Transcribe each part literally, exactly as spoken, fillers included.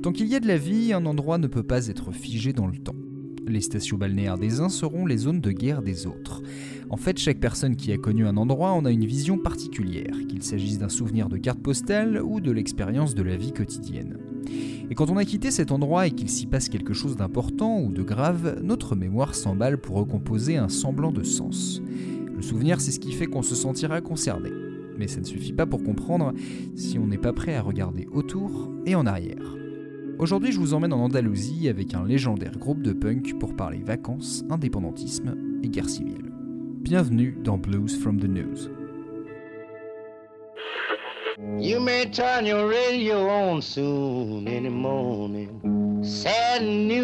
Tant qu'il y a de la vie, un endroit ne peut pas être figé dans le temps. Les stations balnéaires des uns seront les zones de guerre des autres. En fait, chaque personne qui a connu un endroit en a une vision particulière, qu'il s'agisse d'un souvenir de carte postale ou de l'expérience de la vie quotidienne. Et quand on a quitté cet endroit et qu'il s'y passe quelque chose d'important ou de grave, notre mémoire s'emballe pour recomposer un semblant de sens. Le souvenir, c'est ce qui fait qu'on se sentira concerné. Mais ça ne suffit pas pour comprendre si on n'est pas prêt à regarder autour et en arrière. Aujourd'hui, je vous emmène en Andalousie avec un légendaire groupe de punk pour parler vacances, indépendantisme et guerre civile. Bienvenue dans Blues from the News. You may turn your radio on soon in the morning. Sad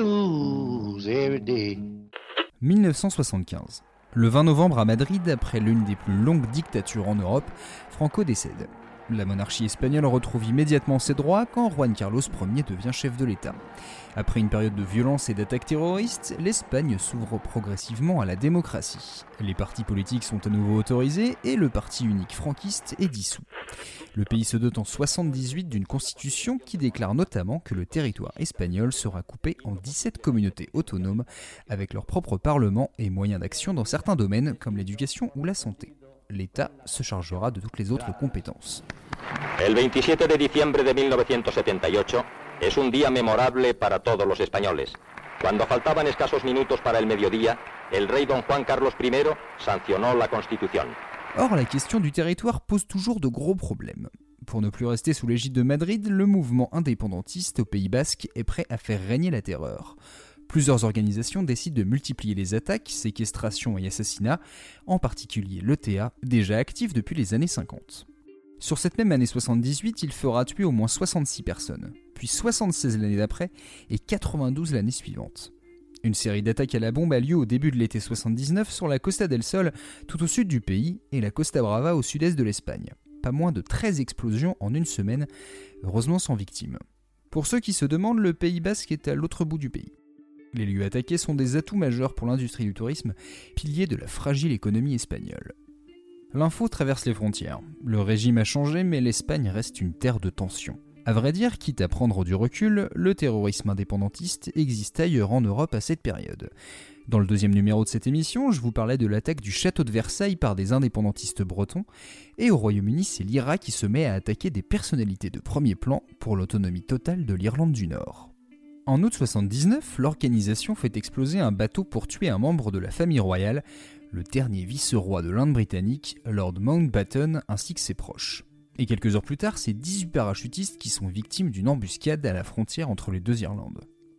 news every day. dix-neuf cent soixante-quinze. Le vingt novembre à Madrid, après l'une des plus longues dictatures en Europe, Franco décède. La monarchie espagnole retrouve immédiatement ses droits quand Juan Carlos Ier devient chef de l'État. Après une période de violence et d'attaques terroristes, l'Espagne s'ouvre progressivement à la démocratie. Les partis politiques sont à nouveau autorisés et le parti unique franquiste est dissous. Le pays se dote en soixante-dix-huit d'une constitution qui déclare notamment que le territoire espagnol sera coupé en dix-sept communautés autonomes avec leur propre parlement et moyens d'action dans certains domaines comme l'éducation ou la santé. L'État se chargera de toutes les autres compétences. El veintisiete de diciembre de mil novecientos setenta y ocho es un día memorable para todos los españoles. Cuando faltaban escasos minutos para el mediodía, el rey don Juan Carlos I sancionó la Constitución. Or, la question du territoire pose toujours de gros problèmes. Pour ne plus rester sous l'égide de Madrid, le mouvement indépendantiste au Pays Basque est prêt à faire régner la terreur. Plusieurs organisations décident de multiplier les attaques, séquestrations et assassinats, en particulier l'E T A, déjà actif depuis les années cinquante. Sur cette même année soixante-dix-huit, il fera tuer au moins soixante-six personnes, puis soixante-seize l'année d'après et quatre-vingt-douze l'année suivante. Une série d'attaques à la bombe a lieu au début de l'été soixante-dix-neuf sur la Costa del Sol, tout au sud du pays, et la Costa Brava au sud-est de l'Espagne. Pas moins de treize explosions en une semaine, heureusement sans victimes. Pour ceux qui se demandent, le Pays Basque est à l'autre bout du pays. Les lieux attaqués sont des atouts majeurs pour l'industrie du tourisme, pilier de la fragile économie espagnole. L'info traverse les frontières. Le régime a changé, mais l'Espagne reste une terre de tension. À vrai dire, quitte à prendre du recul, le terrorisme indépendantiste existe ailleurs en Europe à cette période. Dans le deuxième numéro de cette émission, je vous parlais de l'attaque du château de Versailles par des indépendantistes bretons, et au Royaume-Uni, c'est l'I R A qui se met à attaquer des personnalités de premier plan pour l'autonomie totale de l'Irlande du Nord. En août soixante-dix-neuf, l'organisation fait exploser un bateau pour tuer un membre de la famille royale, le dernier vice-roi de l'Inde britannique, Lord Mountbatten, ainsi que ses proches. Et quelques heures plus tard, c'est dix-huit parachutistes qui sont victimes d'une embuscade à la frontière entre les deux Irlandes.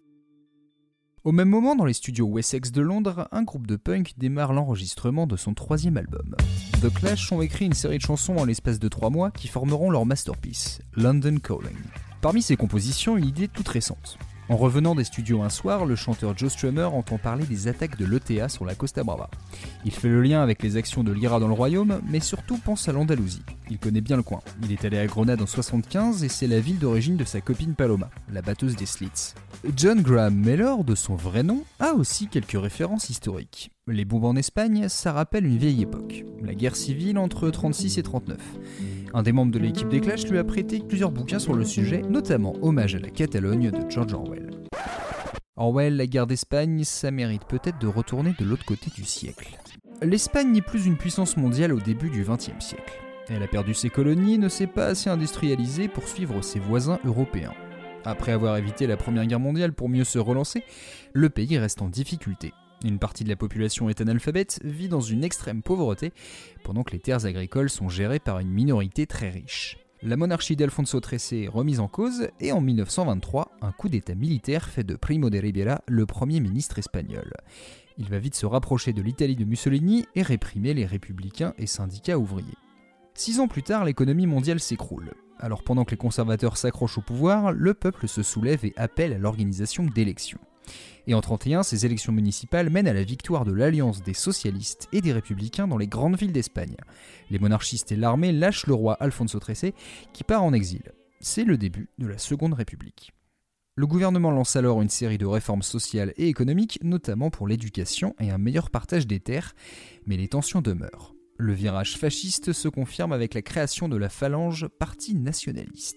Au même moment, dans les studios Wessex de Londres, un groupe de punk démarre l'enregistrement de son troisième album. The Clash ont écrit une série de chansons en l'espace de trois mois qui formeront leur masterpiece, London Calling. Parmi ces compositions, une idée toute récente. En revenant des studios un soir, le chanteur Joe Strummer entend parler des attaques de l'E T A sur la Costa Brava. Il fait le lien avec les actions de l'I R A dans le royaume, mais surtout pense à l'Andalousie. Il connaît bien le coin. Il est allé à Grenade en soixante-quinze et c'est la ville d'origine de sa copine Paloma, la batteuse des Slits. John Graham Mellor, de son vrai nom, a aussi quelques références historiques. Les bombes en Espagne, ça rappelle une vieille époque, la guerre civile entre trente-six et trente-neuf. Un des membres de l'équipe des Clash lui a prêté plusieurs bouquins sur le sujet, notamment Hommage à la Catalogne de George Orwell. Orwell, la guerre d'Espagne, ça mérite peut-être de retourner de l'autre côté du siècle. L'Espagne n'est plus une puissance mondiale au début du vingtième siècle. Elle a perdu ses colonies et ne s'est pas assez industrialisée pour suivre ses voisins européens. Après avoir évité la Première Guerre mondiale pour mieux se relancer, le pays reste en difficulté. Une partie de la population est analphabète, vit dans une extrême pauvreté, pendant que les terres agricoles sont gérées par une minorité très riche. La monarchie d'Alfonso treize est remise en cause, et en dix-neuf cent vingt-trois, un coup d'état militaire fait de Primo de Rivera le premier ministre espagnol. Il va vite se rapprocher de l'Italie de Mussolini et réprimer les républicains et syndicats ouvriers. Six ans plus tard, l'économie mondiale s'écroule. Alors pendant que les conservateurs s'accrochent au pouvoir, le peuple se soulève et appelle à l'organisation d'élections. Et en trente et un, ces élections municipales mènent à la victoire de l'alliance des socialistes et des républicains dans les grandes villes d'Espagne. Les monarchistes et l'armée lâchent le roi Alfonso treize qui part en exil. C'est le début de la Seconde République. Le gouvernement lance alors une série de réformes sociales et économiques, notamment pour l'éducation et un meilleur partage des terres, mais les tensions demeurent. Le virage fasciste se confirme avec la création de la Phalange, parti nationaliste.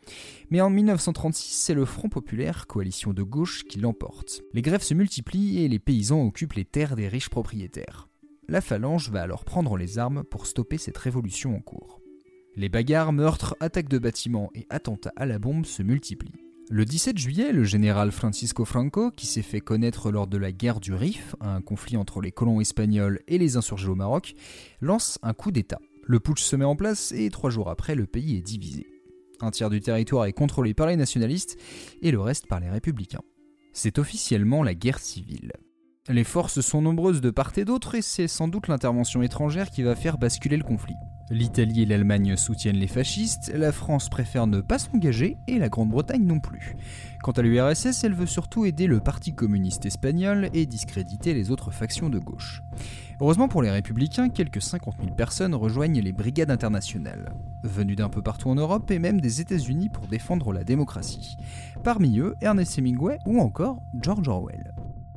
Mais en mille neuf cent trente-six, c'est le Front populaire, coalition de gauche, qui l'emporte. Les grèves se multiplient et les paysans occupent les terres des riches propriétaires. La Phalange va alors prendre les armes pour stopper cette révolution en cours. Les bagarres, meurtres, attaques de bâtiments et attentats à la bombe se multiplient. Le dix-sept juillet, le général Francisco Franco, qui s'est fait connaître lors de la guerre du Rif, un conflit entre les colons espagnols et les insurgés au Maroc, lance un coup d'État. Le putsch se met en place et trois jours après, le pays est divisé. Un tiers du territoire est contrôlé par les nationalistes et le reste par les républicains. C'est officiellement la guerre civile. Les forces sont nombreuses de part et d'autre et c'est sans doute l'intervention étrangère qui va faire basculer le conflit. L'Italie et l'Allemagne soutiennent les fascistes, la France préfère ne pas s'engager et la Grande-Bretagne non plus. Quant à l'U R S S, elle veut surtout aider le Parti communiste espagnol et discréditer les autres factions de gauche. Heureusement pour les républicains, quelques cinquante mille personnes rejoignent les brigades internationales, venues d'un peu partout en Europe et même des États-Unis pour défendre la démocratie. Parmi eux, Ernest Hemingway ou encore George Orwell.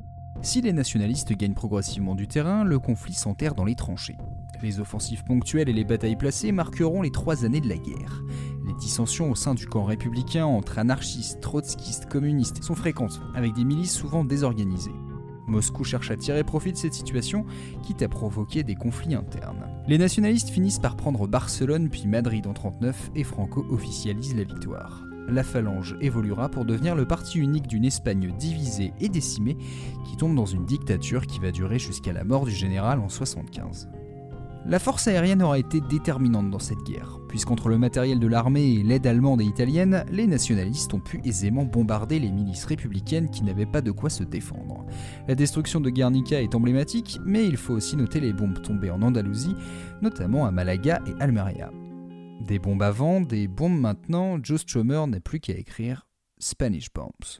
Si les nationalistes gagnent progressivement du terrain, le conflit s'enterre dans les tranchées. Les offensives ponctuelles et les batailles placées marqueront les trois années de la guerre. Les dissensions au sein du camp républicain entre anarchistes, trotskistes, communistes sont fréquentes, avec des milices souvent désorganisées. Moscou cherche à tirer profit de cette situation, quitte à provoquer des conflits internes. Les nationalistes finissent par prendre Barcelone puis Madrid en trente-neuf et Franco officialise la victoire. La Phalange évoluera pour devenir le parti unique d'une Espagne divisée et décimée qui tombe dans une dictature qui va durer jusqu'à la mort du général en soixante-quinze. La force aérienne aura été déterminante dans cette guerre, puisqu'entre le matériel de l'armée et l'aide allemande et italienne, les nationalistes ont pu aisément bombarder les milices républicaines qui n'avaient pas de quoi se défendre. La destruction de Guernica est emblématique, mais il faut aussi noter les bombes tombées en Andalousie, notamment à Malaga et Almeria. Des bombes avant, des bombes maintenant, Joe Strummer n'a plus qu'à écrire Spanish Bombs.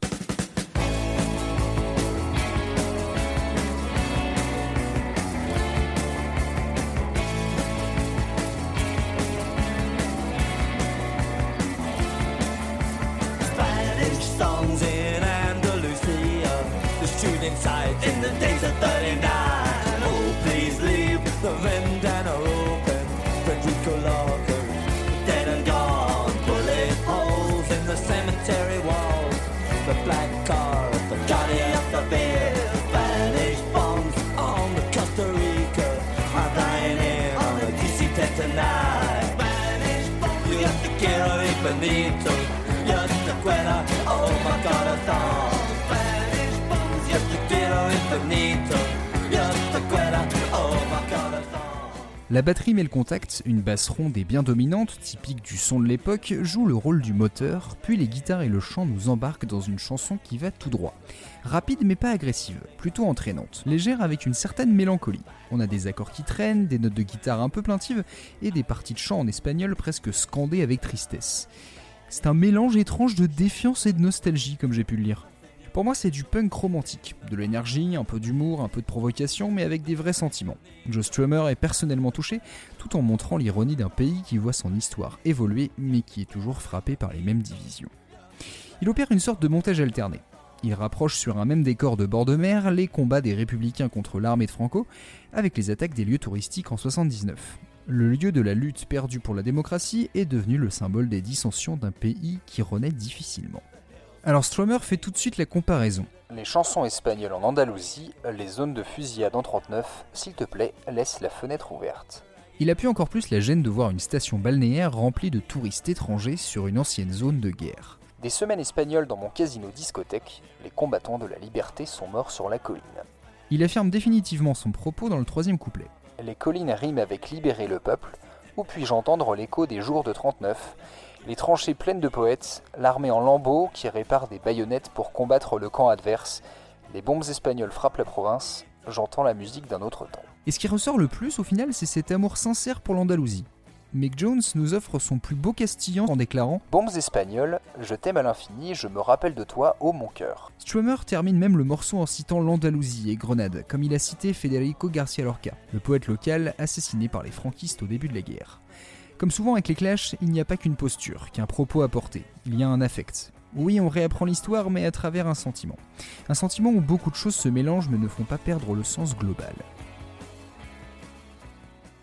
Songs in Andalusia, the shooting sides in the days of thirty-nine. Oh, please leave the Vendana open, Federico Locker, dead and gone. Bullet holes in the cemetery walls, the black car, the Guardian of the beer. Spanish bombs on the Costa Rica are dying in on the D C ten tonight. Spanish bombs, you have to get away Benito. Just a quetta, oh my corazón. Spanish bombs, just a quiero infinito. Just a quetta, oh my corazón. La batterie met le contact, une basse ronde et bien dominante, typique du son de l'époque, joue le rôle du moteur, puis les guitares et le chant nous embarquent dans une chanson qui va tout droit. Rapide mais pas agressive, plutôt entraînante, légère avec une certaine mélancolie. On a des accords qui traînent, des notes de guitare un peu plaintives et des parties de chant en espagnol presque scandées avec tristesse. C'est un mélange étrange de défiance et de nostalgie, comme j'ai pu le lire. Pour moi, c'est du punk romantique, de l'énergie, un peu d'humour, un peu de provocation, mais avec des vrais sentiments. Joe Strummer est personnellement touché, tout en montrant l'ironie d'un pays qui voit son histoire évoluer, mais qui est toujours frappé par les mêmes divisions. Il opère une sorte de montage alterné. Il rapproche sur un même décor de bord de mer les combats des républicains contre l'armée de Franco, avec les attaques des lieux touristiques en soixante-dix-neuf. Le lieu de la lutte perdue pour la démocratie est devenu le symbole des dissensions d'un pays qui renaît difficilement. Alors Strummer fait tout de suite la comparaison. Les chansons espagnoles en Andalousie, les zones de fusillade en trente-neuf, s'il te plaît, laisse la fenêtre ouverte. Il appuie encore plus la gêne de voir une station balnéaire remplie de touristes étrangers sur une ancienne zone de guerre. Des semaines espagnoles dans mon casino-discothèque, les combattants de la liberté sont morts sur la colline. Il affirme définitivement son propos dans le troisième couplet. Les collines riment avec libérer le peuple, où puis-je entendre l'écho des jours de trente-neuf, les tranchées pleines de poètes, l'armée en lambeaux qui répare des baïonnettes pour combattre le camp adverse, les bombes espagnoles frappent la province, j'entends la musique d'un autre temps. Et ce qui ressort le plus au final, c'est cet amour sincère pour l'Andalousie. Mick Jones nous offre son plus beau castillan en déclarant « Bombes espagnoles, je t'aime à l'infini, je me rappelle de toi, ô mon cœur ». Strummer termine même le morceau en citant l'Andalousie et Grenade, comme il a cité Federico García Lorca, le poète local assassiné par les franquistes au début de la guerre. Comme souvent avec les Clash, il n'y a pas qu'une posture, qu'un propos à porter, il y a un affect. Oui, on réapprend l'histoire, mais à travers un sentiment. Un sentiment où beaucoup de choses se mélangent mais ne font pas perdre le sens global.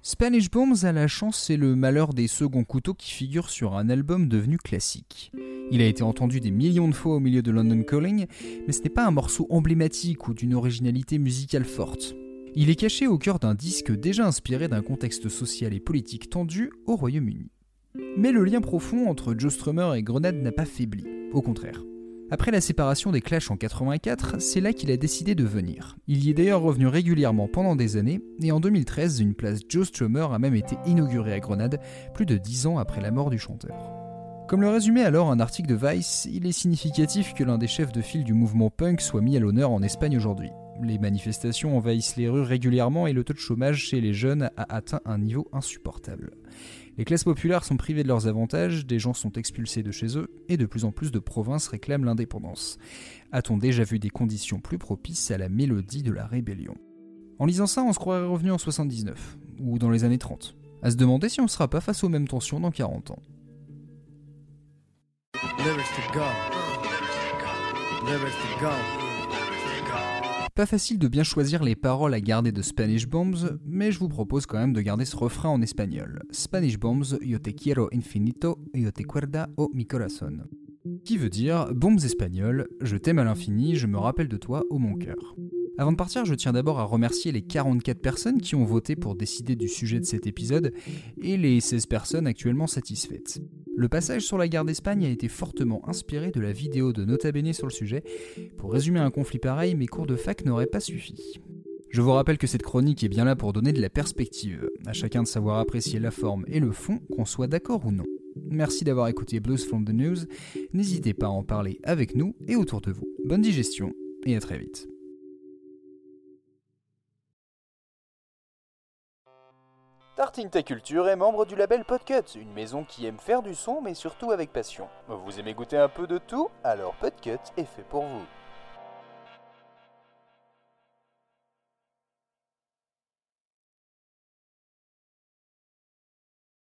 Spanish Bombs a la chance et le malheur des seconds couteaux qui figurent sur un album devenu classique. Il a été entendu des millions de fois au milieu de London Calling, mais ce n'est pas un morceau emblématique ou d'une originalité musicale forte. Il est caché au cœur d'un disque déjà inspiré d'un contexte social et politique tendu au Royaume-Uni. Mais le lien profond entre Joe Strummer et Grenade n'a pas faibli, au contraire. Après la séparation des Clash en quatre-vingt-quatre, c'est là qu'il a décidé de venir. Il y est d'ailleurs revenu régulièrement pendant des années, et en deux mille treize, une place Joe Strummer a même été inaugurée à Grenade, plus de dix ans après la mort du chanteur. Comme le résumait alors un article de Vice, il est significatif que l'un des chefs de file du mouvement punk soit mis à l'honneur en Espagne aujourd'hui. Les manifestations envahissent les rues régulièrement et le taux de chômage chez les jeunes a atteint un niveau insupportable. Les classes populaires sont privées de leurs avantages, des gens sont expulsés de chez eux, et de plus en plus de provinces réclament l'indépendance. A-t-on déjà vu des conditions plus propices à la mélodie de la rébellion ? En lisant ça, on se croirait revenu en soixante-dix-neuf, ou dans les années trente. À se demander si on ne sera pas face aux mêmes tensions dans quarante ans. Pas facile de bien choisir les paroles à garder de Spanish Bombs, mais je vous propose quand même de garder ce refrain en espagnol. Spanish Bombs, yo te quiero infinito, yo te cuerda o mi corazón. Qui veut dire, bombes espagnoles, je t'aime à l'infini, je me rappelle de toi au mon cœur. Avant de partir, je tiens d'abord à remercier les quarante-quatre personnes qui ont voté pour décider du sujet de cet épisode, et les seize personnes actuellement satisfaites. Le passage sur la guerre d'Espagne a été fortement inspiré de la vidéo de Nota Bene sur le sujet. Pour résumer un conflit pareil, mes cours de fac n'auraient pas suffi. Je vous rappelle que cette chronique est bien là pour donner de la perspective, à chacun de savoir apprécier la forme et le fond, qu'on soit d'accord ou non. Merci d'avoir écouté Blues from the News, n'hésitez pas à en parler avec nous et autour de vous. Bonne digestion, et à très vite. Tartine ta culture est membre du label Podcut, une maison qui aime faire du son mais surtout avec passion. Vous aimez goûter un peu de tout ? Alors Podcut est fait pour vous.